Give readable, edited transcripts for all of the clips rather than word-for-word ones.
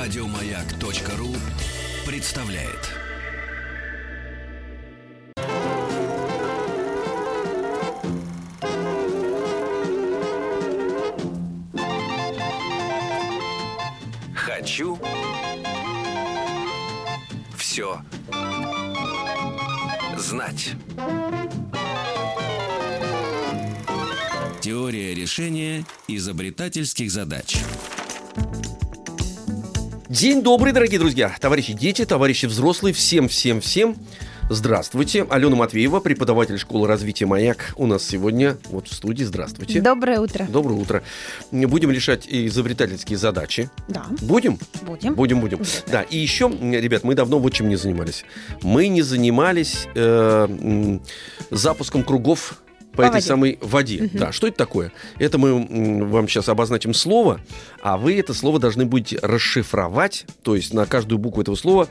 Радиомаяк.ру представляет. Хочу все знать. Теория решения изобретательских задач. День добрый, дорогие друзья, товарищи дети, товарищи взрослые, всем здравствуйте. Алена Матвеева, преподаватель школы развития «Маяк», у нас сегодня вот в студии. Здравствуйте. Доброе утро. Доброе утро. Будем решать изобретательские задачи. Да. Будем? Будем. Да, и еще, ребят, мы давно вот чем не занимались. Мы не занимались запуском кругов по этой самой воде. Да, что это такое? Это мы вам сейчас обозначим слово, а вы это слово должны будете расшифровать, то есть на каждую букву этого слова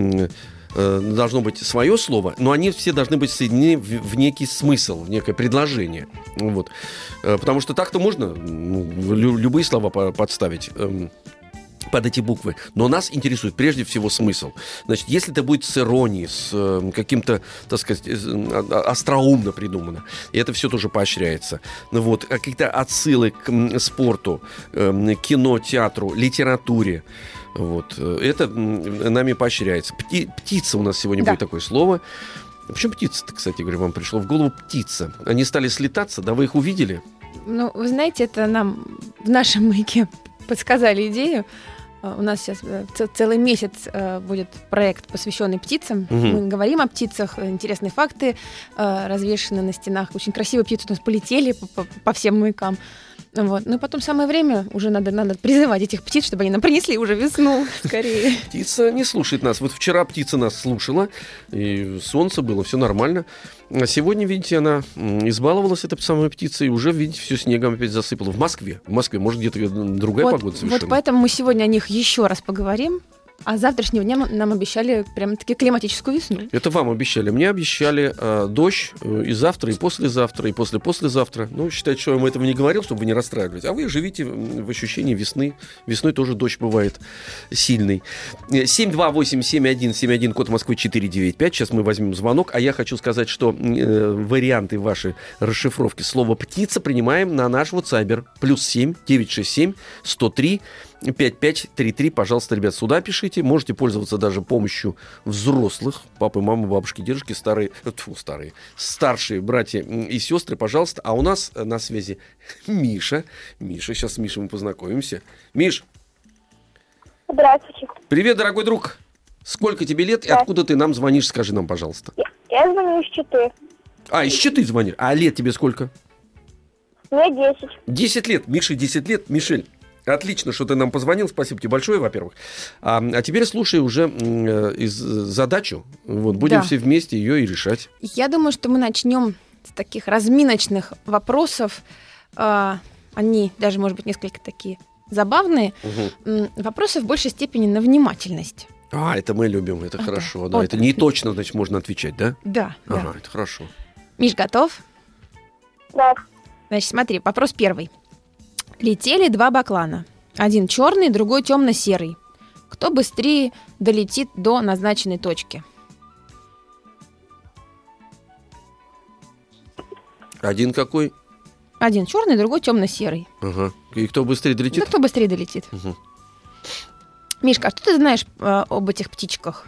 должно быть свое слово, но они все должны быть соединены в некий смысл, в некое предложение. Вот. Потому что так-то можно любые слова подставить под эти буквы. Но нас интересует прежде всего смысл. Значит, если это будет с иронией, с каким-то, так сказать, остроумно придумано, и это все тоже поощряется. Вот. Какие-то отсылы к спорту, кино, театру, литературе. Вот. Это нами поощряется. Птица у нас сегодня будет такое слово. Почему птица-то, кстати говоря, вам пришло в голову птица? Они стали слетаться, да, вы их увидели? Ну, вы знаете, это нам в нашем маяке подсказали идею. У нас сейчас целый месяц будет проект, посвященный птицам. Мы говорим о птицах, интересные факты развешаны на стенах. Очень красивые птицы у нас полетели по всем маякам. Вот. Ну и потом самое время, уже надо призывать этих птиц, чтобы они нам принесли уже весну скорее. Птица не слушает нас. Вот вчера птица нас слушала, и солнце было, все нормально. А сегодня, видите, она избаловалась, эта самая птица, и уже, видите, все снегом опять засыпала. В Москве, может, где-то другая погода совершенно. Вот поэтому мы сегодня о них еще раз поговорим. А с завтрашнего дня нам обещали прям-таки климатическую весну. Это вам обещали. Мне обещали дождь и завтра, и послезавтра, и послезавтра. Ну, считайте, что я вам этого не говорил, чтобы вы не расстраивались. А вы живите в ощущении весны. Весной тоже дождь бывает сильный. 728-7171, код Москвы 495. Сейчас мы возьмем звонок. А я хочу сказать, что варианты вашей расшифровки слова «птица» принимаем на наш WhatsApp. +7 967 103 5533. Пожалуйста, ребят, сюда пишите. Можете пользоваться даже помощью взрослых. Папы, мамы, бабушки, дедушки, старшие братья и сестры, пожалуйста. А у нас на связи Миша. Сейчас с Мишей мы познакомимся. Миш. Здравствуйте. Привет, дорогой друг. Сколько тебе лет и откуда ты нам звонишь? Скажи нам, пожалуйста. Я звоню из Читы. Из Читы звонишь. А лет тебе сколько? Мне 10. 10 лет. Мише 10 лет. Мишель. Отлично, что ты нам позвонил. Спасибо тебе большое, во-первых. А теперь слушай уже задачу. Вот, будем все вместе ее и решать. Я думаю, что мы начнем с таких разминочных вопросов. Они даже, может быть, несколько такие забавные. Вопросы в большей степени на внимательность. Это мы любим, это хорошо. Да. Это не точно, значит, можно отвечать, да? Да. Это хорошо. Миш, готов? Да. Значит, смотри, вопрос первый. Летели два баклана. Один черный, другой темно-серый. Кто быстрее долетит до назначенной точки? Один какой? Один черный, другой темно-серый. Ага. И кто быстрее долетит? Кто быстрее долетит. Мишка, а что ты знаешь об этих птичках?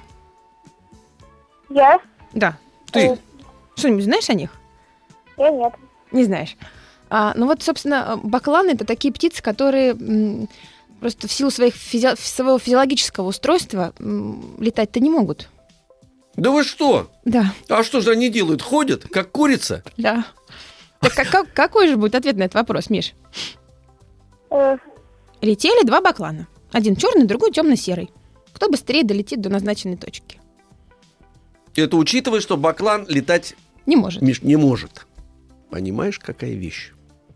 Я? Да. Ты? Что-нибудь знаешь о них? Я нет. Не знаешь. Ну вот, собственно, бакланы — это такие птицы, которые просто в силу своего физиологического устройства летать-то не могут. Да вы что? Да. А что же они делают? Ходят, как курица? Да. Так какой же будет ответ на этот вопрос, Миш? Летели два баклана. Один черный, другой темно-серый. Кто быстрее долетит до назначенной точки? Это учитывая, что баклан летать не может. Миш, не может. Понимаешь, какая вещь?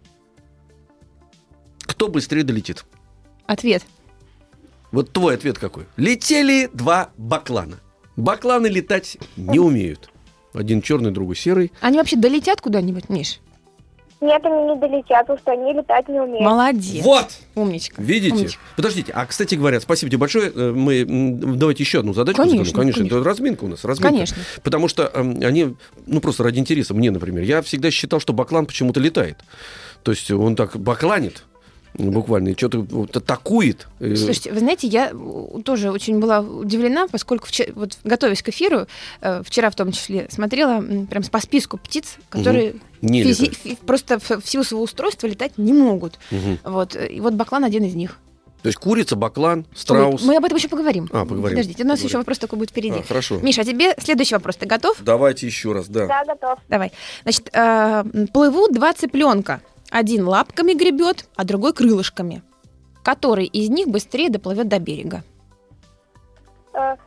Кто быстрее долетит? Ответ. Вот твой ответ какой? Летели два баклана. Бакланы летать не умеют. Один черный, другой серый. Они вообще долетят куда-нибудь, Миш? Нет, они не долетят, потому что они летать не умеют. Молодец. Вот! Умничка. Видите? Умничка. Подождите, а, кстати говоря, спасибо тебе большое. Мы давайте еще одну задачку Конечно, задаем. Конечно, конечно. это разминка у нас, разминка. Конечно. Потому что они, ну, просто ради интереса, мне, например, я всегда считал, что баклан почему-то летает. То есть он так бакланит, буквально, и что-то вот атакует. Слушайте, вы знаете, я тоже очень была удивлена, поскольку вот готовясь к эфиру, вчера в том числе смотрела прям по списку птиц, которые Не летают. просто в силу своего устройства летать не могут. Мгм. Вот. И вот баклан один из них. То есть курица, баклан, страус. Мы об этом еще поговорим. Поговорим. Подождите, у нас Поговорим. еще вопрос такой будет впереди. Хорошо. Миша, а тебе следующий вопрос. Ты готов? Давайте еще раз, да. Да, готов. Давай. Значит, плывут два цыпленка. Один лапками гребет, а другой крылышками. Который из них быстрее доплывет до берега? Э,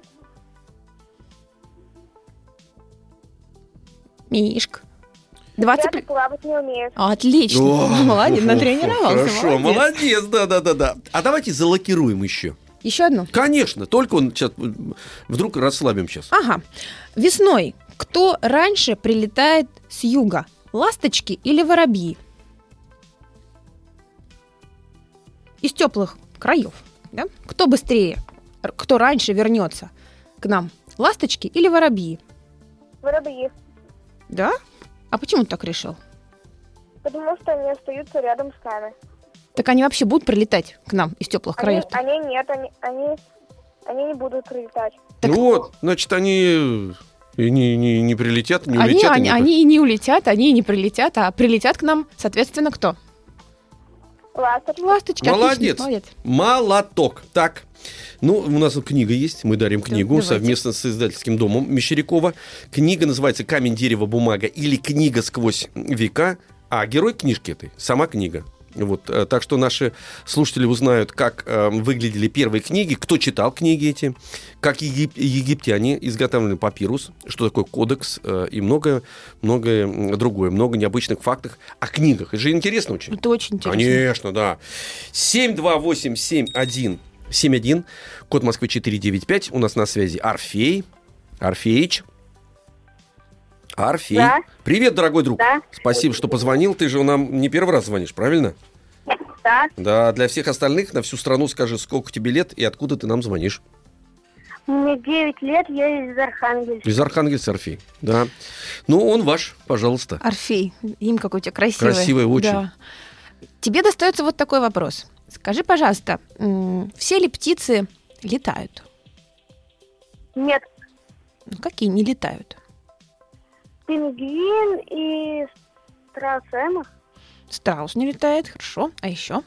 Мишка. Два Ребята цыпленка. плавать не умеют. Отлично. О, Молодец, натренировался. Хорошо, молодец, да. А давайте залакируем еще. Еще одну. Конечно, только он сейчас вдруг расслабим сейчас. Ага. Весной кто раньше прилетает с юга? Ласточки или воробьи? Из теплых краев. Да? Кто быстрее? Кто раньше вернется к нам? Ласточки или воробьи? Воробьи. Да? А почему ты так решил? Потому что они остаются рядом с нами. Так они вообще будут прилетать к нам из теплых краев? Они нет, они не будут прилетать. Так- Ну вот, значит, они и не прилетят, не Они, улетят. они, они и не улетят, они и не прилетят, а прилетят к нам, соответственно, кто? Ласточки. Ласточки. Молодец. Отлично, молодец. Молоток. Так, ну, у нас вот книга есть, мы дарим книгу давайте. совместно с издательским домом Мещерякова. Книга называется «Камень, дерево, бумага» или «Книга сквозь века», а герой книжки этой — сама книга. Вот, так что наши слушатели узнают, как выглядели первые книги, кто читал книги эти, как египтяне изготавливали папирус, что такое кодекс и многое другое, много необычных фактов о книгах. Это же интересно очень. Это очень интересно. Конечно, да. 728-7171, код Москвы 495. У нас на связи Орфей. Орфеич. Орфей. Да. Привет, дорогой друг. Да. Спасибо, что позвонил. Ты же нам не первый раз звонишь, правильно? Да. Да, для всех остальных на всю страну скажи, сколько тебе лет и откуда ты нам звонишь. Мне 9 лет, я из Архангельска. Из Архангельска, Орфей. Да. Ну, он ваш, пожалуйста. Орфей, имя какое у тебя красивое. Красивое очень. Да. Тебе достается вот такой вопрос. Скажи, пожалуйста, все ли птицы летают? Нет, Ну, какие не летают? пингвин и страус. Страус не летает, хорошо. А еще?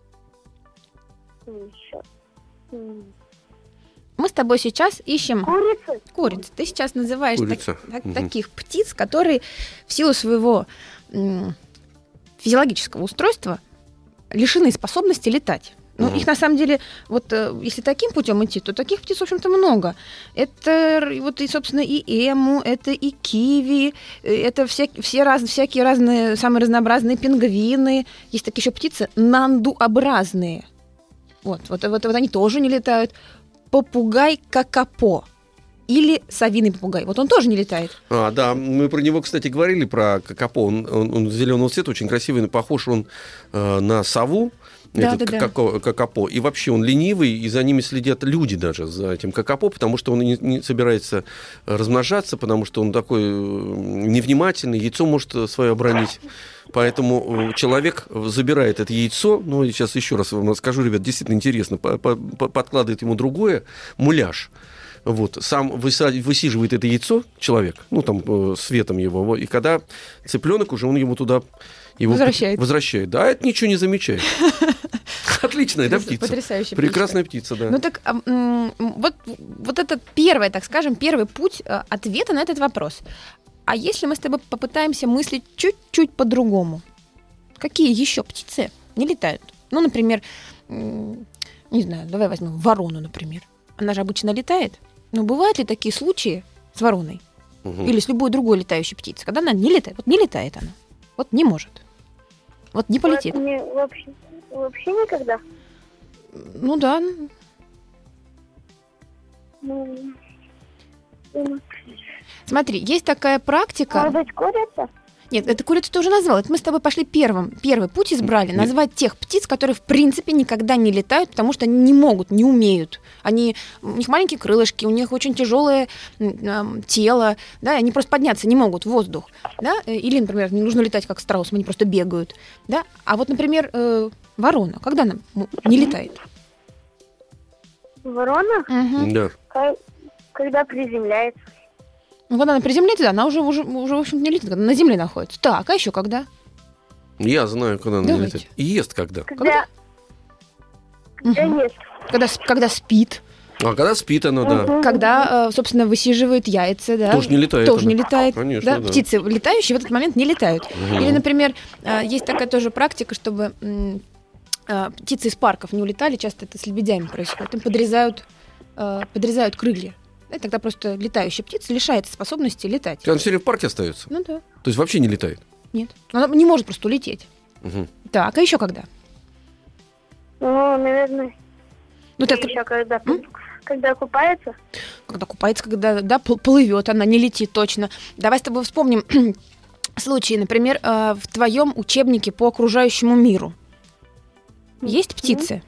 Еще. Мы с тобой сейчас ищем Курицы. куриц. Ты сейчас называешь Курица. Мгм. таких птиц, которые в силу своего физиологического устройства лишены способности летать. Ну, Мгм. их на самом деле, вот если таким путем идти, то таких птиц, в общем-то, много. Это вот, и, собственно, и эму, это и киви, это всякие разные, самые разнообразные пингвины. Есть такие еще птицы нандуобразные. Вот они тоже не летают. Попугай какапо или совиный попугай. Вот он тоже не летает. Да, мы про него, кстати, говорили, про какапо. Он зеленого цвета, очень красивый, но похож он на сову. Да, этот да. какапо. И вообще он ленивый, и за ними следят люди даже, за этим какапо, потому что он не собирается размножаться, потому что он такой невнимательный, яйцо может свое обронить. Поэтому человек забирает это яйцо, ну, сейчас еще раз вам расскажу, ребят, действительно интересно, подкладывает ему другое, муляж. Вот, сам высиживает это яйцо человек, ну, там, светом его, и когда цыпленок уже, он ему туда его возвращает. Да, это ничего не замечает. Отличная, да, птица? Потрясающая Прекрасная птица, да. Ну так вот это первое, так скажем, первый путь ответа на этот вопрос. А если мы с тобой попытаемся мыслить чуть-чуть по-другому? Какие еще птицы не летают? Ну, например, не знаю, давай возьмем ворону, например. Она же обычно летает. Но бывают ли такие случаи с вороной? Угу. Или с любой другой летающей птицей, когда она не летает? Вот не летает она. Вот не может. Вот не полетит. Вообще никогда. Ну да. Ну, Смотри, есть такая практика. может быть, курица? Нет, это курицу ты уже назвал. Это мы с тобой пошли первый путь избрали. Назвать тех птиц, которые, в принципе, никогда не летают, потому что они не могут, не умеют. У них маленькие крылышки, у них очень тяжелое тело, да, они просто подняться не могут в воздух. Да? Или, например, не нужно летать, как страус, они просто бегают. Да? А вот, например, ворона, когда она не летает? Ворона? Угу. Да. Когда приземляется. Ну, когда она приземляется, да, она уже, в общем, не летит, когда на земле находится. Так, а еще когда? Я знаю, когда она Давайте. летает. И ест когда. Когда ест. Когда спит, А когда спит она, да. когда, собственно, высиживает яйца, да. Тоже не летает Тоже она. не летает. Конечно, да. Птицы летающие в этот момент не летают. Мгм. Или, например, есть такая тоже практика, чтобы птицы из парков не улетали, часто это с лебедями происходит. Им подрезают крылья. И тогда просто летающая птица лишается способности летать. Она все время в парке остается. Ну да, То есть вообще не летает. нет. Она не может просто улететь. Мгм. Так, а еще когда? Ну, наверное, Ну, ты еще когда купается. когда купается, когда, да, плывет, она не летит точно. Давай с тобой вспомним случаи, например, в твоем учебнике по окружающему миру. Есть птицы?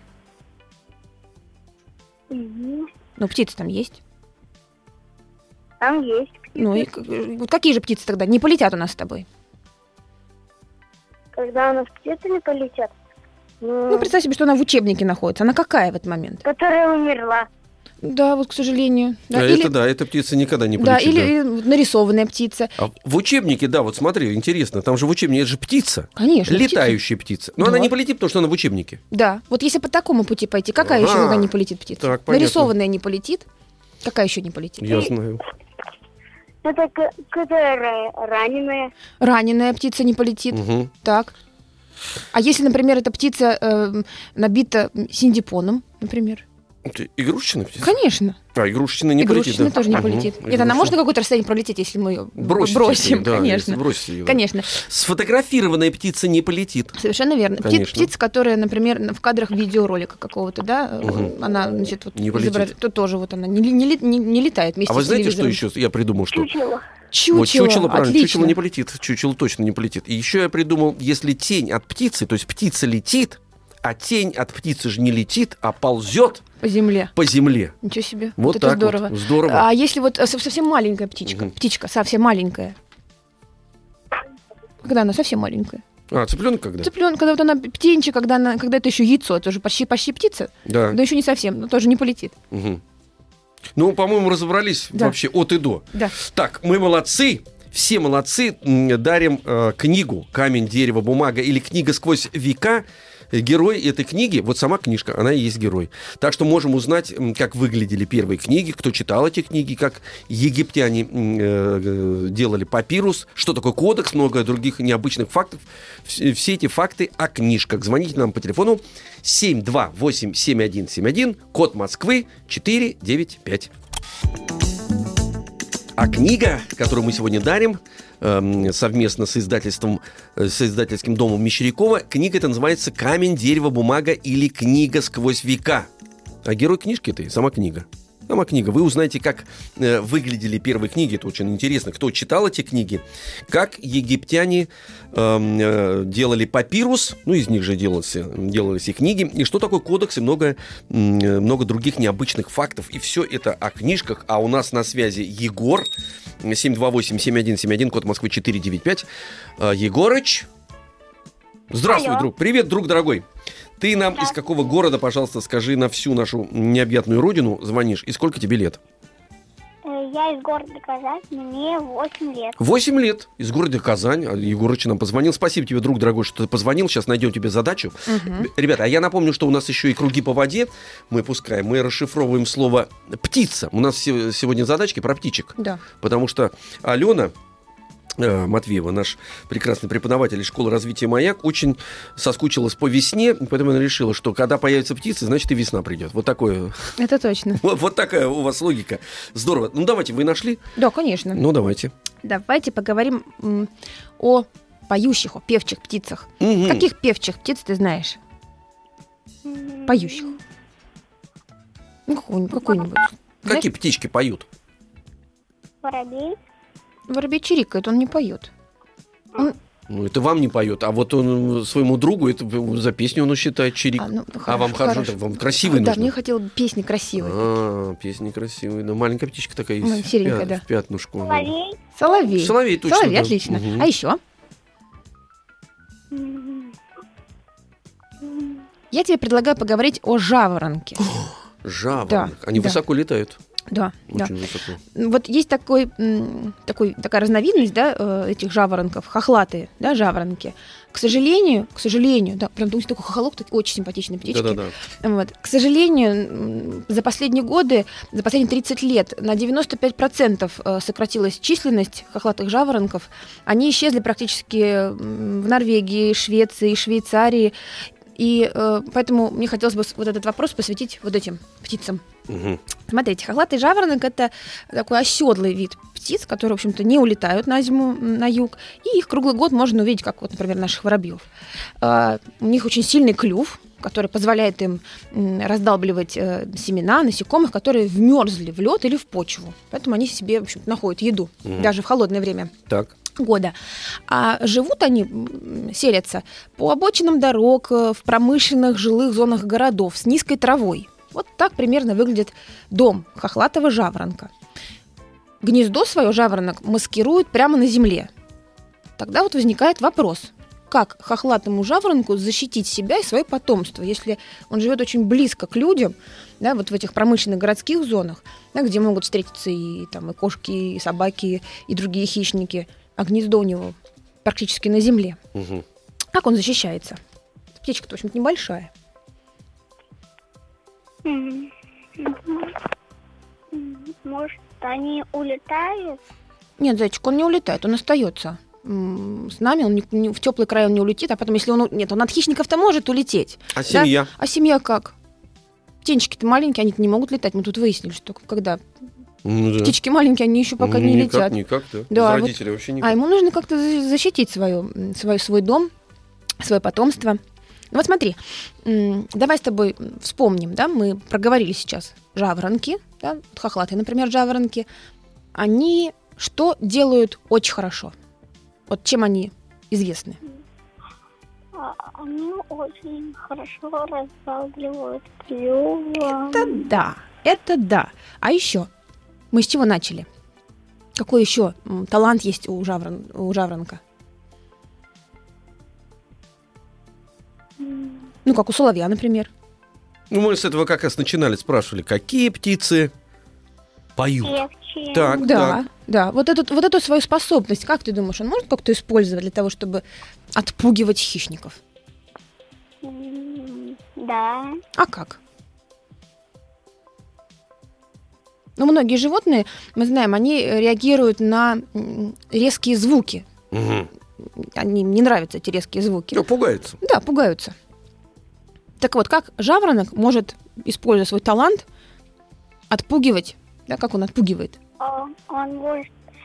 Мгм. Ну, птицы там есть. Там есть. Ну, и вот какие же птицы тогда не полетят у нас с тобой? Когда у нас птицы не полетят. Ну, представь себе, что она в учебнике находится. Она какая в этот момент? Которая умерла. Да, вот, к сожалению. Да, Эта птица никогда не да, полетит. или нарисованная птица. А в учебнике, да, вот смотри, интересно, там же в учебнике, это же птица. Конечно. Летающая птица. Но Да. она не полетит, потому что она в учебнике. Да. Вот если по такому пути пойти, какая еще Ага. тогда не полетит птица? Так, понятно. Нарисованная не полетит. Какая еще не полетит? Я знаю. Это которая раненая. Раненая птица не полетит. Мгм. Так. А если, например, эта птица набита синдипоном, например? Это игрушечная птица? Конечно. А, игрушечная не полетит, Игрушечная да? тоже не Мгм. полетит. Нет, она Игрушечная. может на какое-то расстояние пролететь, если мы ее Бросить, бросим, если, да, конечно. если бросить её, да. Конечно. Сфотографированная птица не полетит. Совершенно верно. Конечно. Птица, которая, например, в кадрах видеоролика какого-то, да, Мгм. она, значит, вот Не полетит. то тоже вот она не летает вместе А вы с знаете, что телевизором. еще я придумал? Что? Чучело. Чучело, Вот чучело, правильно, отлично. чучело не полетит. Чучело точно не полетит. И еще я придумал, если тень от птицы, то есть птица летит, а тень от птицы же не летит, а ползет По земле. по земле. Ничего себе. Вот это так здорово. вот. Здорово. А если вот совсем маленькая птичка, Мгм. птичка совсем маленькая, когда она совсем маленькая? А, цыпленок когда? Цыпленок, когда вот она птенчик, когда это еще яйцо, это уже почти птица, Да. да еще не совсем, но тоже не полетит. Мгм. Ну, по-моему, разобрались Да. вообще от и до. Да. Так, мы молодцы. Все молодцы. Дарим книгу «Камень, дерево, бумага» или «Книга сквозь века». Герой этой книги, вот сама книжка, она и есть герой. Так что можем узнать, как выглядели первые книги, кто читал эти книги, как египтяне делали папирус, что такое кодекс, много других необычных фактов. Все эти факты о книжках. Звоните нам по телефону 728-7171, код Москвы 495. А книга, которую мы сегодня дарим совместно с издательским домом Мещерякова, книга эта называется «Камень, дерево, бумага» или «Книга сквозь века». А герой книжки это и сама книга. Сама книга. Вы узнаете, как выглядели первые книги. Это очень интересно. Кто читал эти книги, как египтяне делали папирус, ну, из них же делались и книги, и что такое кодекс, и много других необычных фактов. И все это о книжках. А у нас на связи Егор, 728-7171, код Москвы 495. Егорыч, здравствуй, Алло. друг. Привет, друг дорогой. Ты нам из какого города, пожалуйста, скажи, на всю нашу необъятную родину звонишь, и сколько тебе лет? Я из города Казань, мне 8 лет. 8 лет, из города Казань. Егорыч нам позвонил. Спасибо тебе, друг дорогой, что ты позвонил. Сейчас найдем тебе задачу. Ребята, а я напомню, что у нас еще и круги по воде мы пускаем. Мы расшифровываем слово «птица». У нас сегодня задачки про птичек. Да. Потому что Алена Матвеева, наш прекрасный преподаватель из школы развития «Маяк», очень соскучилась по весне, поэтому она решила, что когда появятся птицы, значит и весна придет. Вот такое. Это точно. Вот такая у вас логика. Здорово. Ну, давайте, вы нашли? Да, конечно. Ну, давайте. Давайте поговорим о поющих, о певчих птицах. Мгм. Каких певчих птиц ты знаешь? Поющих. Ну, какой-нибудь. Какие птички поют? Воробей. Воробей чирикает, он не поет. Ну, это вам не поет, а вот он своему другу, это за песню он считает чирик. Вам хорошо, вам красивый Да, нужно. мне хотела песни красивые. Песни красивые. Ну, маленькая птичка такая есть. Ну, серенькая, да. В пятнушку. Соловей. Соловей. Соловей, точно. Соловей, да. отлично. Мгм. А еще? Я тебе предлагаю поговорить о жаворонке. Жаворонок. Да, Они да. высоко летают. Да, да. Очень высоко. Вот есть такая разновидность, да, этих жаворонков, хохлатые, да, жаворонки. К сожалению, да, прям есть такой хохолок, такие очень симпатичные птички. Да-да-да. Вот. К сожалению, за последние годы, за последние 30 лет на 95% сократилась численность хохлатых жаворонков. Они исчезли практически в Норвегии, Швеции, Швейцарии. И поэтому мне хотелось бы вот этот вопрос посвятить вот этим птицам. Угу. Смотрите, хохлатый жаворонок – это такой оседлый вид птиц, которые, в общем-то, не улетают на зиму, на юг, и их круглый год можно увидеть, как, вот, например, наших воробьев. У них очень сильный клюв, который позволяет им раздалбливать семена насекомых, которые вмерзли в лед или в почву. Поэтому они себе, в общем-то, находят еду, даже в холодное время года. А живут они, селятся по обочинам дорог, в промышленных жилых зонах городов с низкой травой. Вот так примерно выглядит дом хохлатого жаворонка. Гнездо свое жаворонок маскирует прямо на земле. Тогда вот возникает вопрос, как хохлатому жаворонку защитить себя и свое потомство, если он живет очень близко к людям, да, вот в этих промышленных городских зонах, да, где могут встретиться и кошки, и собаки, и другие хищники, а гнездо у него практически на земле. Угу. Как он защищается? Птичка-то, в общем-то, небольшая. Может, они улетают? Нет, зайчик, он не улетает, он остается с нами, он в теплый край он не улетит, а потом, если он от хищников-то может улететь. А семья? Да? А семья как? Птенчики-то маленькие, они-то не могут летать. Мы тут выяснили, что когда птички маленькие, они еще пока не летят. Никак, да. Да, Без родителей вообще никак. А ему нужно как-то защитить свой дом, свое потомство. Ну вот смотри, давай с тобой вспомним, да, мы проговорили сейчас жаворонки, да, хохлатые, например, жаворонки. Они что делают очень хорошо? Вот чем они известны? Они очень хорошо раздалбливают клювом. Это да. А еще мы с чего начали? Какой еще талант есть у жаворонка? Ну, как у соловья, например. Ну, мы с этого как раз начинали, спрашивали, какие птицы поют. Певчие. Так, Да. Вот эту свою способность, как ты думаешь, он может как-то использовать для того, чтобы отпугивать хищников? Да. А как? Ну, многие животные, мы знаем, они реагируют на резкие звуки. Угу. Им не нравятся эти резкие звуки. Ну, пугаются. Да, пугаются. Так вот, как жаворонок может, используя свой талант, отпугивать? Да, как он отпугивает? Он может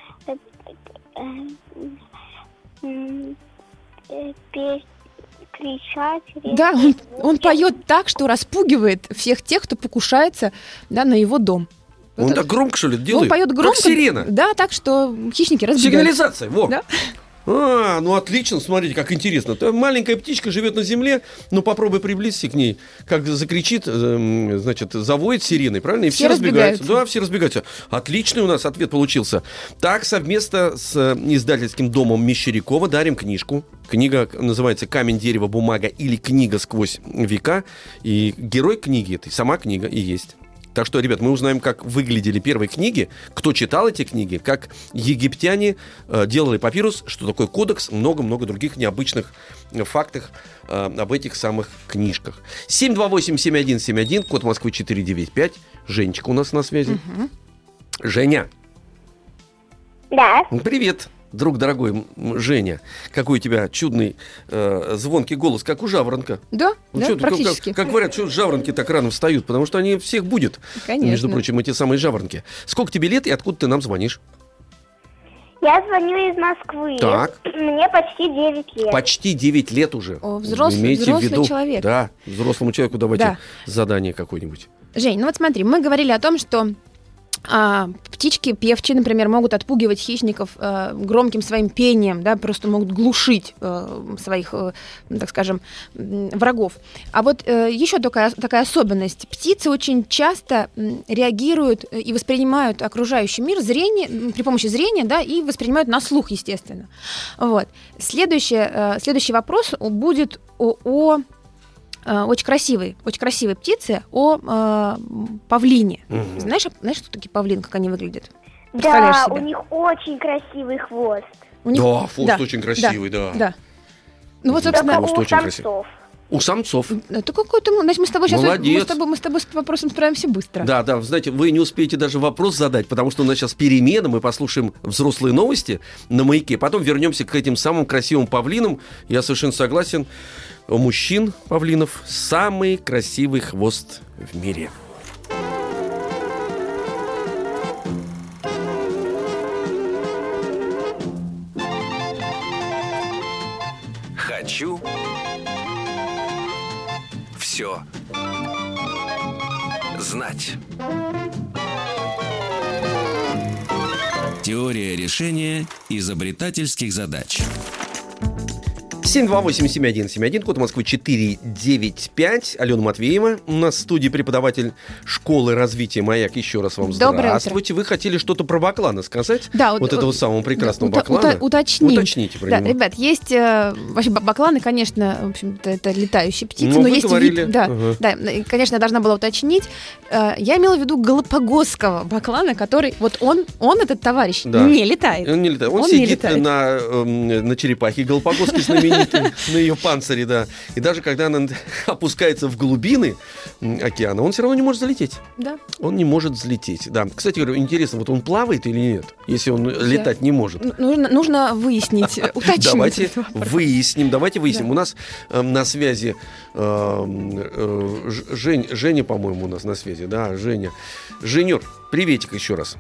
кричать. Да, он поет так, что распугивает всех тех, кто покушается, да, на его дом. Он так громко, что ли, делает? Он поет громко. Как сирена. Да, так что хищники разбегаются. Сигнализация, во. Да? Ну отлично, смотрите, как интересно. Маленькая птичка живет на земле, ну попробуй приблизься к ней, как закричит, значит, завоет сиреной, правильно? И все разбегаются. Да, все разбегаются. Отличный у нас ответ получился. Так, совместно с издательским домом Мещерякова дарим книжку. Книга называется «Камень, дерево, бумага» или «Книга сквозь века». И герой книги этой, сама книга и есть. Так что, ребят, мы узнаем, как выглядели первые книги, кто читал эти книги, как египтяне делали папирус, что такое кодекс, много-много других необычных фактов об этих самых книжках. 728-7171, код Москвы 495. Женечка у нас на связи. Угу. Женя. Да. Привет, друг дорогой Женя. Какой у тебя чудный звонкий голос, как у жаворонка. Да, Ну, да, что, практически. как говорят, что жаворонки так рано встают, потому что они всех будут. Конечно. Между прочим, эти самые жаворонки. Сколько тебе лет и откуда ты нам звонишь? Я звоню из Москвы. Так. Мне почти 9 лет. Почти 9 лет уже. О, взрослый Имейте в виду. человек. Да, взрослому человеку давайте Да. задание какое-нибудь. Жень, ну вот смотри, мы говорили о том, что Птички певчие, например, могут отпугивать хищников громким своим пением, да, просто могут глушить своих, так скажем, врагов. А вот еще такая особенность. Птицы очень часто реагируют и воспринимают окружающий мир при помощи зрения, да, и воспринимают на слух, естественно. Вот. Следующий вопрос будет о очень красивой птицы, о павлине. Знаешь, что такие павлины, как они выглядят? Да, себе? У них очень красивый хвост. Да, хвост очень красивый, да. Ну вот, собственно, хвост очень красивый. У самцов. Это какой-то... Значит, мы с тобой сейчас... Молодец. Мы с тобой с вопросом справимся быстро. Да, знаете, вы не успеете даже вопрос задать, потому что у нас сейчас перемена, мы послушаем взрослые новости на «Маяке», потом вернемся к этим самым красивым павлинам. Я совершенно согласен. У мужчин павлинов самый красивый хвост в мире. Хочу все знать. Теория решения изобретательских задач. 728-7171, код Москвы 495. Алена Матвеева. У нас в студии преподаватель школы развития «Маяк». Еще раз вам здравствуйте. Вы хотели что-то про Баклана сказать? Да, этого самого прекрасного Баклана. Уточните про него. Ребят, есть вообще Бакланы, конечно, в общем-то, это летающие птицы, но есть говорили. вид. Да, конечно, я должна была уточнить. Я имела в виду галапагосского Баклана, который, вот он этот товарищ, не летает. Он не летает. Он сидит на черепахе галапагосской знаменитой, на ее панцире, да. И даже когда она опускается в глубины океана, он все равно не может залететь. Да. Он не может взлететь. Да. Кстати говоря, интересно, вот он плавает или нет, если он летать не может? Нужно выяснить, уточнить. Давайте выясним. Да. У нас на связи Женя, по-моему, у нас на связи. Да, Женя. Женюр, приветик еще раз.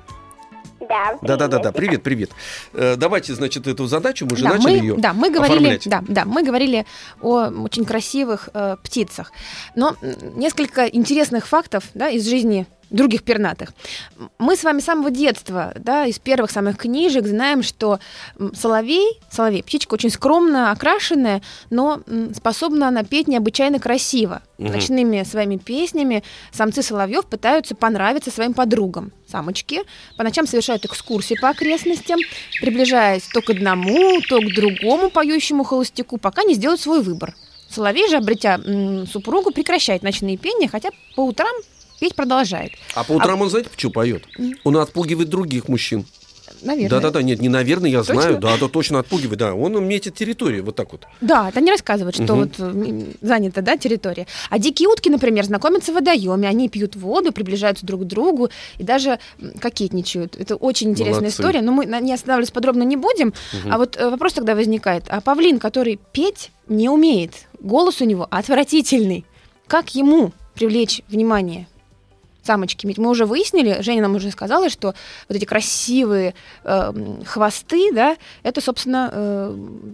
Да. Привет. Давайте, значит, эту задачу, мы же начали ее оформлять. Мы говорили о очень красивых птицах. Но несколько интересных фактов, да, из жизни других пернатых. Мы с вами с самого детства, да, из первых самых книжек знаем, что соловей, птичка очень скромно окрашенная, но способна она петь необычайно красиво. Ночными своими песнями самцы соловьев пытаются понравиться своим подругам. Самочки по ночам совершают экскурсии по окрестностям, приближаясь то к одному, то к другому поющему холостяку, пока не сделают свой выбор. Соловей же, обретя супругу, прекращает ночные пения, хотя по утрам петь продолжает. А по утрам он, знаете, почему поет? Он отпугивает других мужчин. Наверное. Да, нет, не наверное, я точно? Знаю. Да, точно отпугивает, да. Он метит территорию, вот так вот. Да, это не рассказывают, что вот занята, да, территория. А дикие утки, например, знакомятся в водоеме, они пьют воду, приближаются друг к другу и даже кокетничают. Это очень интересная история, но мы не останавливаться подробно не будем. А вот вопрос тогда возникает. А павлин, который петь не умеет, голос у него отвратительный, как ему привлечь внимание самочки? Ведь мы уже выяснили, Женя нам уже сказала, что вот эти красивые хвосты, да, это, собственно,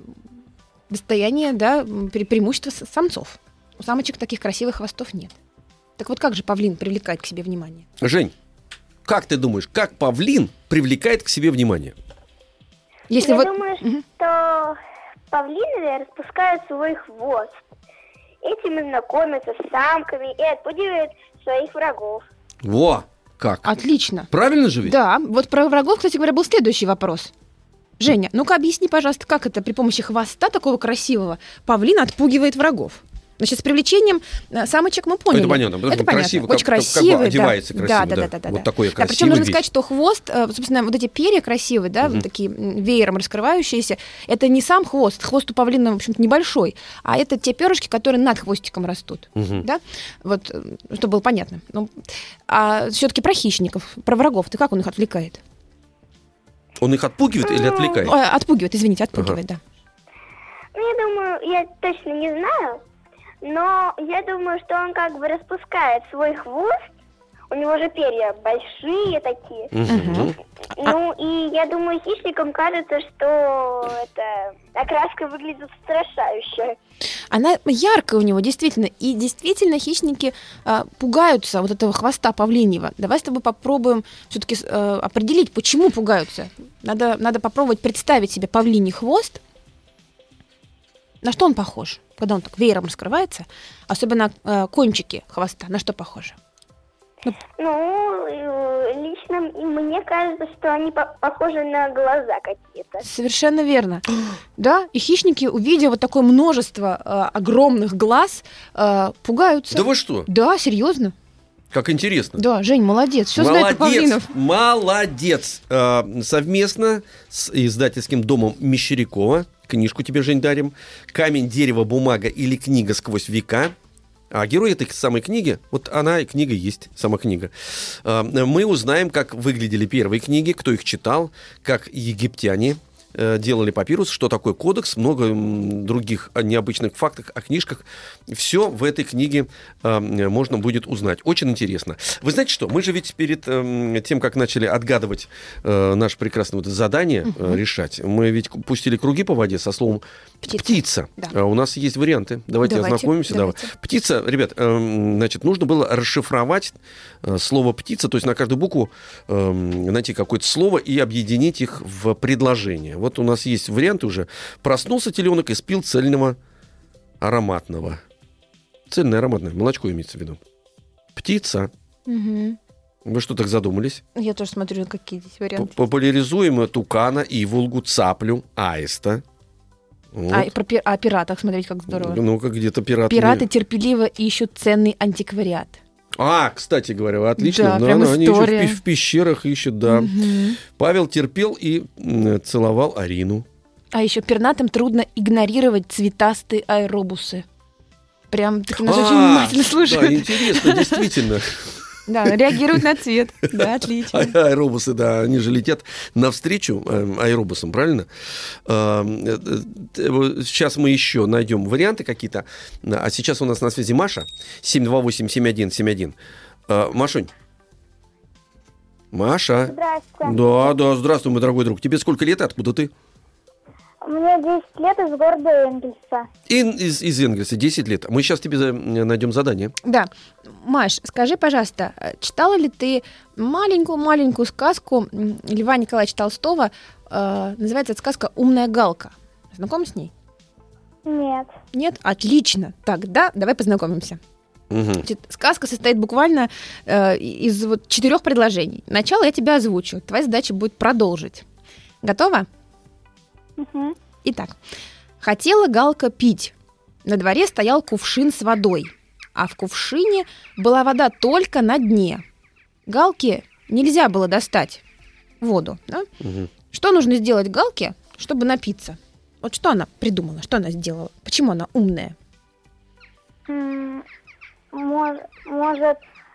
достояние, да, преимущество самцов. У самочек таких красивых хвостов нет. Так вот, как же павлин привлекает к себе внимание? Жень, как ты думаешь, как павлин привлекает к себе внимание? Я думаю, что павлины распускают свой хвост. Этим и знакомятся с самками и отпугивают своих врагов. Во, как? Отлично. Правильно же ведь? Да, вот про врагов, кстати говоря, был следующий вопрос. Женя, ну-ка объясни, пожалуйста, как это при помощи хвоста такого красивого павлин отпугивает врагов? Значит, с привлечением самочек мы поняли. Это понятно, потому что красиво, очень красивый, как одевается красиво. Да. Вот такой красивый. Причем нужно сказать, что хвост, собственно, вот эти перья красивые, да, вот такие веером раскрывающиеся, это не сам хвост. Хвост у павлина, в общем-то, небольшой, а это те перышки, которые над хвостиком растут. Да? Вот, чтобы было понятно. Ну, а все-таки про хищников, про врагов, ты как он их отвлекает? Он их отпугивает или отвлекает? Отпугивает, да. Ну, я думаю, я точно не знаю, но я думаю, что он как бы распускает свой хвост. У него же перья большие такие. Ну, и я думаю, хищникам кажется, что эта окраска выглядит устрашающе. Она яркая у него, действительно. И действительно хищники пугаются вот этого хвоста павлиньего. Давай с тобой попробуем все-таки определить, почему пугаются. Надо попробовать представить себе павлиний хвост. На что он похож, когда он так веером раскрывается? Особенно кончики хвоста. На что похожи? Лично мне кажется, что они похожи на глаза какие-то. Совершенно верно. Да, и хищники, увидев вот такое множество огромных глаз, пугаются. Да вы что? Да, серьезно. Как интересно. Да, Жень, молодец. Все знает про павлинов. Молодец. Совместно с издательским домом Мещерякова, книжку тебе, Жень, дарим, «Камень, дерево, бумага или книга сквозь века». А герой этой самой книги, вот она и книга есть, сама книга. Мы узнаем, как выглядели первые книги, кто их читал, как египтяне делали папирус, что такое кодекс, много других необычных фактов о книжках. Все в этой книге можно будет узнать. Очень интересно. Вы знаете что? Мы же ведь перед тем, как начали отгадывать наше прекрасное задание решать, мы ведь пустили круги по воде со словом «птица». Да. У нас есть варианты. Давайте ознакомимся. Давайте. Птица, ребят, значит, нужно было расшифровать слово «птица», то есть на каждую букву найти какое-то слово и объединить их в предложение. Вот у нас есть варианты уже. Проснулся теленок и спил цельного ароматного. Цельное ароматное. Молочко имеется в виду. Птица. Угу. Вы что, так задумались? Я тоже смотрю, какие здесь варианты. Популяризуем тукана, иволгу, цаплю, аиста. Вот. О пиратах смотреть, как здорово. Ну-ка, где-то пираты. Пираты терпеливо ищут ценный антиквариат. Кстати говоря, отлично. Да, прям они история. еще в пещерах ищут, да. Угу. Павел терпел и целовал Арину. А еще пернатым трудно игнорировать цветастые аэробусы. Прям таки нас очень внимательно слушают. Да, интересно, действительно. Да, реагируют на цвет. Да, отлично. Аэробусы, да, они же летят навстречу аэробусам, правильно? Сейчас мы еще найдем варианты какие-то. А сейчас у нас на связи Маша, 728-7171. Машунь. Маша. Здравствуйте. Да, здравствуй, мой дорогой друг. Тебе сколько лет, откуда ты? Мне 10 лет из города Энгельса. Из Энгельса, 10 лет. Мы сейчас тебе найдем задание. Да. Маш, скажи, пожалуйста, читала ли ты маленькую сказку Льва Николаевича Толстого? Называется эта сказка «Умная галка». Знаком с ней? Нет. Нет? Отлично. Тогда давай познакомимся. Угу. Значит, сказка состоит буквально из 4 предложений. Начало я тебя озвучу. Твоя задача будет продолжить. Готова? Угу. Итак. Хотела галка пить. На дворе стоял кувшин с водой. А в кувшине была вода только на дне. Галке нельзя было достать воду. Да? Угу. Что нужно сделать галке, чтобы напиться? Вот что она придумала, что она сделала? Почему она умная? Может...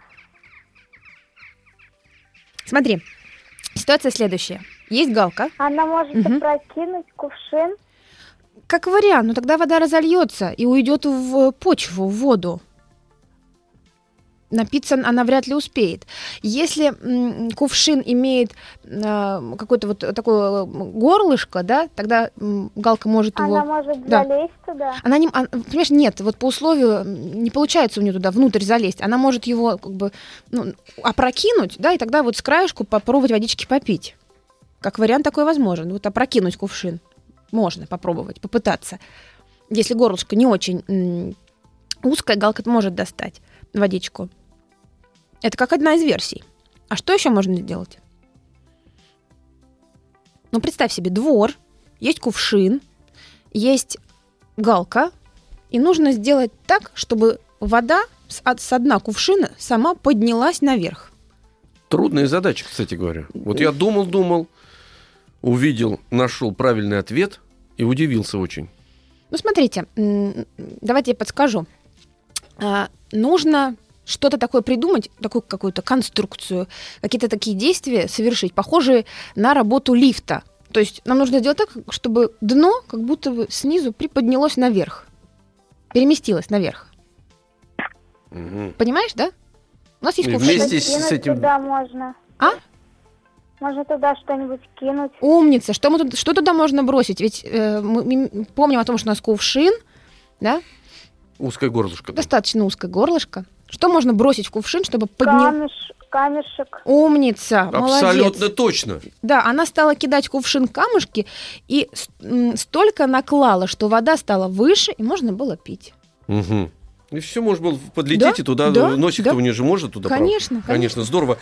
Смотри, ситуация следующая. Есть галка. Она может опрокинуть кувшин. Как вариант, но тогда вода разольется и уйдет в почву, в воду. Напиться она вряд ли успеет. Если кувшин имеет какое-то вот такое горлышко, да, тогда галка может его... Она может залезть туда? Понимаешь, нет, вот по условию не получается у нее туда внутрь залезть. Она может его как бы опрокинуть, да, и тогда вот с краешку попробовать водички попить. Как вариант такой возможен. Вот опрокинуть кувшин можно попробовать, попытаться. Если горлышко не очень узкое, галка может достать водичку. Это как одна из версий. А что еще можно сделать? Ну, представь себе, двор, есть кувшин, есть галка, и нужно сделать так, чтобы вода с дна кувшина сама поднялась наверх. Трудная задача, кстати говоря. Вот я думал, увидел, нашел правильный ответ и удивился очень. Ну, смотрите, давайте я подскажу. Нужно что-то такое придумать, такую какую-то конструкцию, какие-то такие действия совершить, похожие на работу лифта. То есть нам нужно сделать так, чтобы дно как будто бы снизу приподнялось наверх, переместилось наверх. Угу. Понимаешь, да? У нас есть кувшин. Вместе с этим... Туда можно. Можно туда что-нибудь кинуть. Умница. Что туда можно бросить? Ведь мы помним о том, что у нас кувшин, да? Узкое горлышко. Да. Достаточно узкое горлышко. Что можно бросить в кувшин, чтобы поднять? Камешек. Умница, Абсолютно молодец. точно. Да, она стала кидать в кувшин камушки и столько наклала, что вода стала выше, и можно было пить. Угу. И все, можно было подлететь, Да, и туда, да, носик-то да. у нее же может туда. Конечно, правда? Конечно, здорово.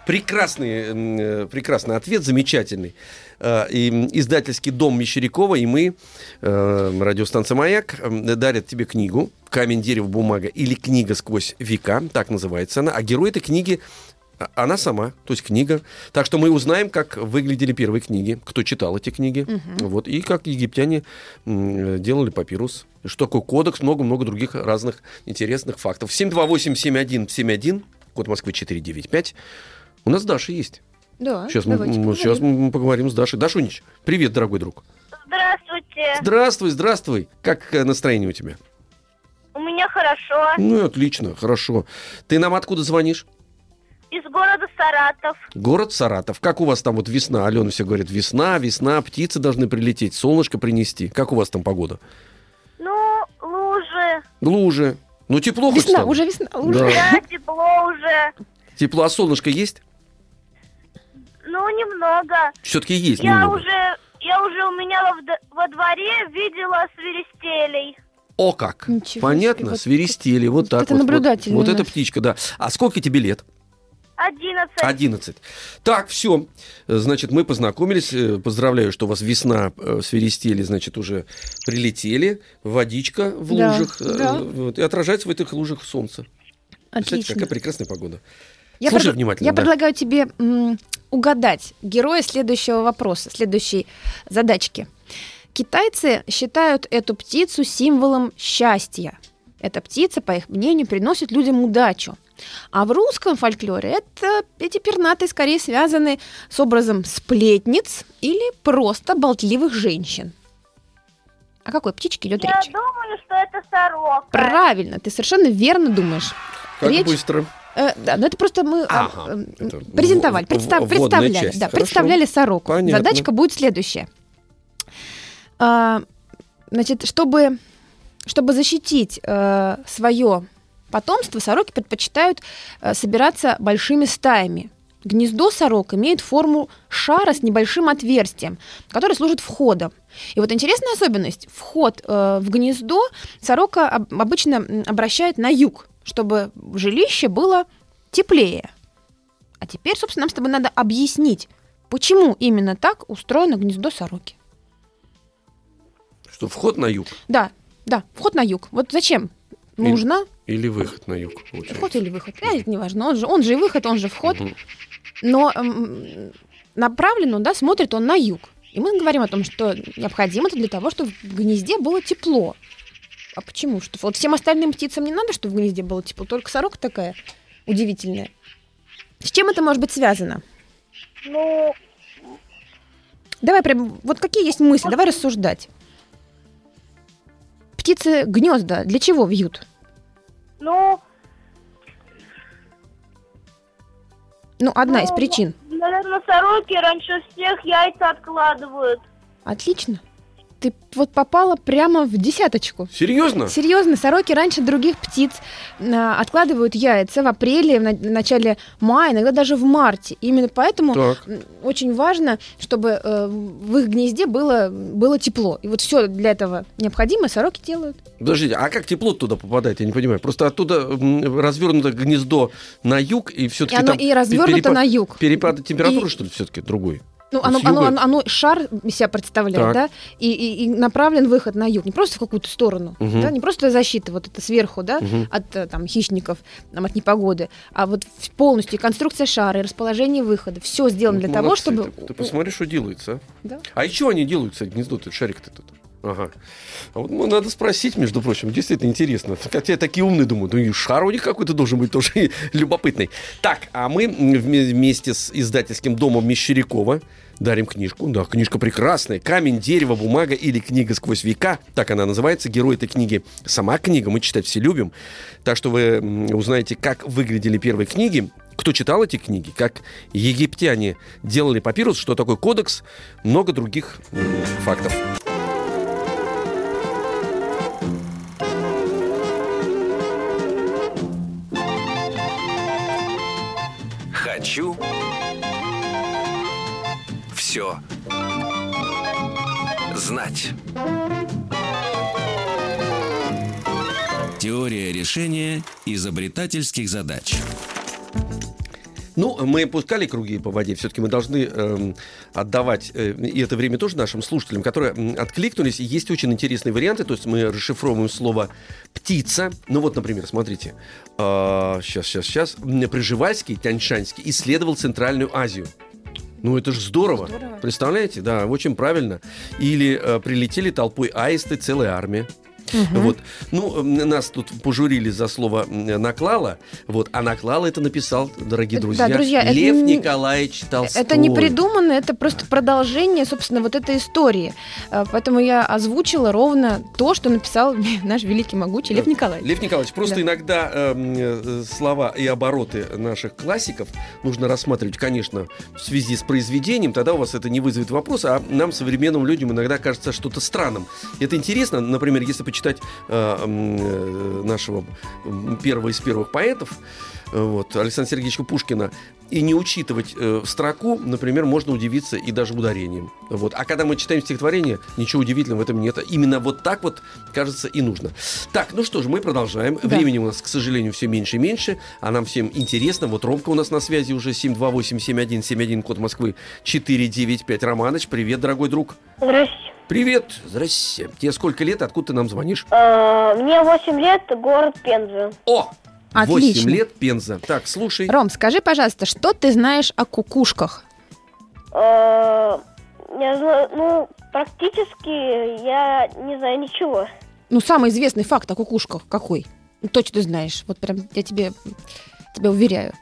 Прекрасный ответ, замечательный. И издательский дом Мещерякова и мы, радиостанция «Маяк», дарят тебе книгу «Камень, дерево, бумага» или «Книга сквозь века», так называется она. А герой этой книги она сама, то есть книга. Так что мы узнаем, как выглядели первые книги, кто читал эти книги, вот, и как египтяне делали папирус, что такое кодекс, много-много других разных интересных фактов. 728-7171, код Москвы 495. У нас Даша есть. Да, Сейчас мы поговорим с Дашей. Дашунич, привет, дорогой друг. Здравствуйте. Здравствуй. Как настроение у тебя? У меня хорошо. Ну, отлично, хорошо. Ты нам откуда звонишь? Из города Саратов. Город Саратов. Как у вас там вот весна? Алена все говорит, весна, птицы должны прилететь, солнышко принести. Как у вас там погода? Ну, лужи. Лужи. Ну, тепло хоть Весна, стало? уже весна. Уже. Да. Да, тепло уже. Тепло, а солнышко есть? Ну, немного. Все-таки есть Я немного. уже у меня во дворе видела свиристелей. О, как! Ничего Понятно, себе, вот свиристели, вот так это вот. наблюдательный Вот у эта нас. птичка, да. А сколько тебе лет? 11. 11. Так, все. Значит, мы познакомились. Поздравляю, что у вас весна, свиристели, значит, уже прилетели. Водичка в Да, лужах. да. Вот, и отражается в этих лужах солнце. Представляете, Отлично. какая прекрасная погода. Я Слушай внимательно. Я да. предлагаю тебе угадать героя следующего вопроса, следующей задачки. Китайцы считают эту птицу символом счастья. Эта птица, по их мнению, приносит людям удачу. А в русском фольклоре эти пернатые скорее связаны с образом сплетниц или просто болтливых женщин. О какой птичке идет Я речь? думаю, что это сорока. Правильно, ты совершенно верно думаешь. Как Речь- быстро. Да, но это просто мы Ага, это презентовали, вводная представляли, часть. да, Хорошо. представляли сороку. Понятно. Задачка будет следующая. Значит, чтобы защитить свое потомство, сороки предпочитают собираться большими стаями. Гнездо сорок имеет форму шара с небольшим отверстием, который служит входом. И вот интересная особенность. Вход в гнездо сорока обычно обращает на юг, чтобы жилище было теплее. А теперь, собственно, нам с тобой надо объяснить, почему именно так устроено гнездо сороки. Что, вход на юг? Да, вход на юг. Вот зачем нужно Или выход на юг, получается? вход или выход? Это не важно. Он же и выход, он же вход. Мгм. Но направлен он, да, смотрит он на юг. И мы говорим о том, что необходимо это для того, чтобы в гнезде было тепло. А почему? Что вот всем остальным птицам не надо, чтобы в гнезде было тепло, только сорока такая удивительная. С чем это может быть связано? Ну, Давай прям, вот какие есть мысли, давай рассуждать. Птицы гнезда для чего вьют? ну, Одна из Ну, причин. наверное, сороки раньше всех яйца откладывают. Отлично. Ты вот попала прямо в десяточку. Серьезно? Серьезно, сороки раньше других птиц откладывают яйца в апреле, в начале мая, иногда даже в марте. Именно поэтому Так. очень важно, чтобы в их гнезде было тепло. И вот все для этого необходимое сороки делают. Подождите, а как тепло туда попадает, я не понимаю. Просто оттуда развернуто гнездо на юг, и все-таки И оно там и развернуто на юг. Перепад температуры, И- что ли, все-таки другой? Ну, С юга- оно шар из себя представляет, Так. да, и направлен выход на юг, не просто в какую-то сторону, Мгм. да, не просто защита вот это сверху, да, Мгм. от там хищников, там, от непогоды, а вот полностью и конструкция шара, и расположение выхода, все сделано для того, Молодцы, чтобы... Ты посмотри, что делается, а? Да. А еще они делают, кстати, гнездо-то, шарик-то тут. Ага. А вот надо спросить, между прочим, действительно интересно. Хотя я такие умные думаю, ну и шар у них какой-то должен быть тоже любопытный. Так, а мы вместе с издательским домом Мещерякова дарим книжку. Да, книжка прекрасная. «Камень, дерево, бумага» или «Книга сквозь века». Так она называется. Герой этой книги сама книга. Мы читать все любим. Так что вы узнаете, как выглядели первые книги, кто читал эти книги, как египтяне делали папирус, что такое кодекс, много других фактов. Хочу все знать. Теория решения изобретательских задач. Ну, мы пускали круги по воде, все-таки мы должны отдавать и это время тоже нашим слушателям, которые откликнулись. И есть очень интересные варианты, то есть мы расшифровываем слово «птица». Ну вот, например, смотрите. Сейчас. Пржевальский, Тяньшанский исследовал Центральную Азию. Ну, это же здорово. Представляете? Да, очень правильно. Или прилетели толпой аисты, целая армия. Вот. Ну, нас тут пожурили за слово «наклала», вот, а «наклала» это написал, дорогие друзья, да, друзья, Лев Николаевич Толстой. Это не придумано, это просто продолжение, собственно, вот этой истории. Поэтому я озвучила ровно то, что написал наш великий могучий Лев Николаевич. Лев Николаевич, просто иногда слова и обороты наших классиков нужно рассматривать, конечно, в связи с произведением, тогда у вас это не вызовет вопроса, а нам, современным людям, иногда кажется что-то странным. Это интересно, например, если почитать нашего первого из первых поэтов, вот, Александра Сергеевича Пушкина, и не учитывать строку, например, можно удивиться и даже ударением. Вот. А когда мы читаем стихотворение, ничего удивительного в этом нет. Именно вот так вот, кажется, и нужно. Так, ну что ж, мы продолжаем. Да. Времени у нас, к сожалению, все меньше и меньше, а нам всем интересно. Вот Ромка у нас на связи уже 728-7171, код Москвы 495. Романыч, привет, дорогой друг. Здравствуйте. Привет, здрасте. Тебе сколько лет, откуда ты нам звонишь? Мне 8 лет, город Пенза. О! Отлично. 8 лет, Пенза. Так, слушай. Ром, скажи, пожалуйста, что ты знаешь о кукушках? Я знаю, ну, практически я не знаю ничего. Ну, самый известный факт о кукушках какой? Точно знаешь. Вот прям я тебя уверяю.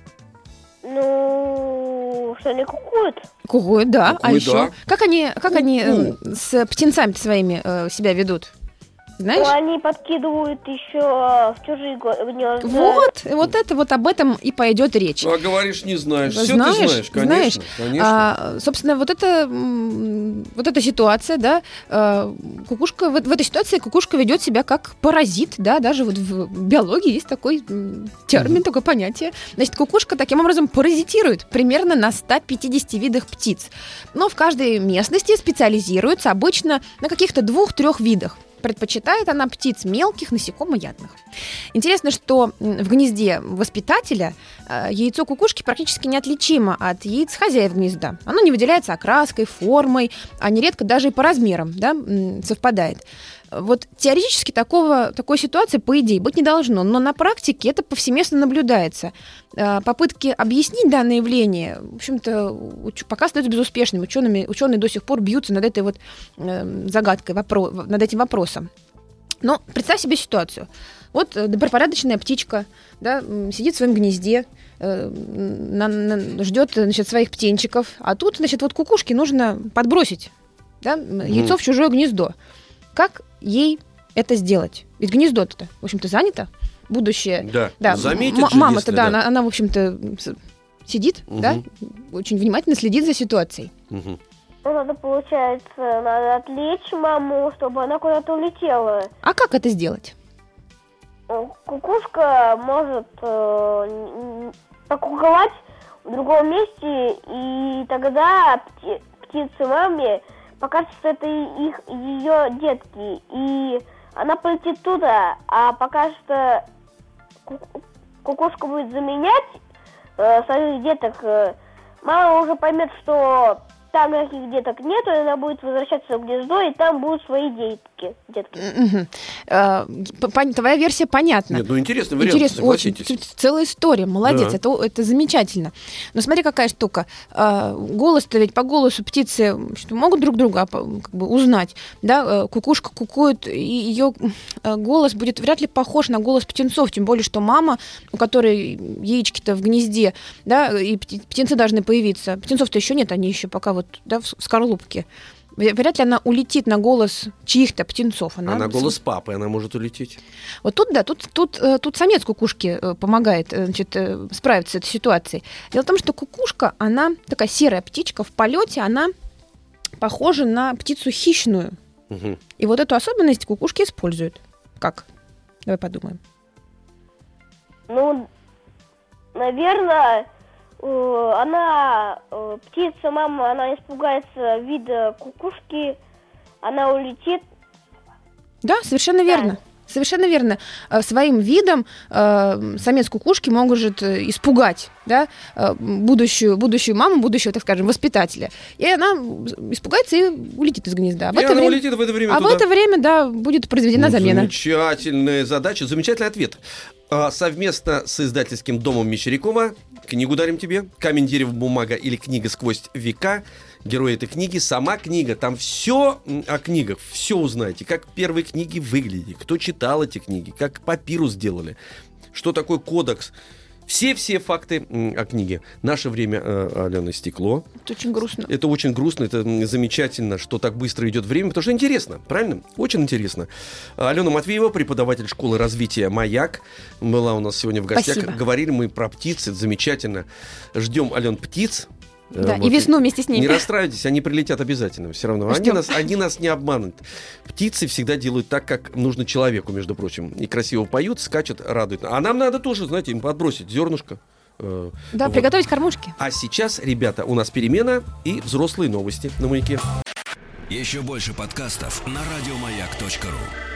Ну, что они кукуют? Кукуют, да. Кукуют, еще? да. Как они с птенцами своими себя ведут? Знаешь? Ну, они подкидывают еще в чужие гнезда. Вот это вот об этом и пойдет речь. Ну, а говоришь, не знаешь. Все ты знаешь, знаешь, конечно. Собственно, вот эта ситуация, да, кукушка, в этой ситуации кукушка ведет себя как паразит, да, даже вот в биологии есть такой термин, такое понятие. Значит, кукушка таким образом паразитирует примерно на 150 видах птиц. Но в каждой местности специализируется обычно на каких-то 2-3 видах. Предпочитает она птиц мелких, насекомоядных. Интересно, что в гнезде воспитателя яйцо кукушки практически неотличимо от яиц хозяев гнезда. Оно не выделяется окраской, формой, а нередко даже и по размерам, да, совпадает. Вот теоретически такой ситуации, по идее, быть не должно, но на практике это повсеместно наблюдается. Попытки объяснить данное явление, в общем-то, пока остаются безуспешными. Ученые до сих пор бьются над этой вот загадкой, над этим вопросом. Но представь себе ситуацию. Вот добропорядочная птичка, да, сидит в своем гнезде, ждет, значит, своих птенчиков, а тут, значит, вот кукушке нужно подбросить, да, яйцо в чужое гнездо. Как ей это сделать? Ведь гнездо-то, в общем-то, занято. Будущее. Да. Заметит же, мама-то, да, она, в общем-то, сидит, да, очень внимательно следит за ситуацией. Ну, надо отвлечь маму, чтобы она куда-то улетела. А как это сделать? Кукушка может покуковать в другом месте, и тогда птице маме покажется, что это ее детки, и она полетит туда, а пока что кукушка будет заменять своих деток, мама уже поймет, что там никаких деток нету, и она будет возвращаться в гнездо, и там будут свои детки. Твоя версия понятна. Нет, ну интересный вариант, согласитесь. Очень, целая история, молодец, да. Это замечательно. Но смотри, какая штука. Голос-то ведь по голосу птицы могут друг друга как бы узнать. Да? Кукушка кукует, и ее голос будет вряд ли похож на голос птенцов, тем более, что мама, у которой яички-то в гнезде, да, и птенцы должны появиться. Птенцов-то еще нет, они еще пока вот, да, в скорлупке. Вряд ли она улетит на голос чьих-то птенцов. На голос папы она может улететь. Вот тут, да, тут самец кукушки помогает, значит, справиться с этой ситуацией. Дело в том, что кукушка, она такая серая птичка, в полете она похожа на птицу хищную. Угу. И вот эту особенность кукушки используют. Как? Давай подумаем. Ну, наверное, птица, мама, она испугается вида кукушки, она улетит. Да, совершенно верно. Совершенно верно. Своим видом самец кукушки может испугать, да, будущую маму, будущего, так скажем, воспитателя. И она испугается и улетит из гнезда. Улетит в это время туда. В это время, да, будет произведена замена. Замечательная задача, замечательный ответ. Совместно с издательским домом Мещерякова книгу дарим тебе. «Камень, дерево, бумага» или «Книга сквозь века». Герой этой книги, сама книга, там все о книгах, все узнаете, как первые книги выглядели, кто читал эти книги, как папирус делали, что такое кодекс. Все факты о книге. Наше время, Алена, стекло. Это очень грустно. Это очень грустно, это замечательно, что так быстро идет время, потому что интересно, правильно? Очень интересно. Алена Матвеева, преподаватель школы развития «Маяк», была у нас сегодня в гостях. Спасибо. Говорили мы про птиц, это замечательно. Ждем, Ален, птиц. Да, и весну вместе с ними. Не расстраивайтесь, они прилетят обязательно все равно. Они нас не обманут. Птицы всегда делают так, как нужно человеку, между прочим. И красиво поют, скачут, радуют. А нам надо тоже, знаете, им подбросить зернышко. Да, приготовить кормушки. А сейчас, ребята, у нас перемена и взрослые новости на «Маяке». Еще больше подкастов на радиомаяк.ру.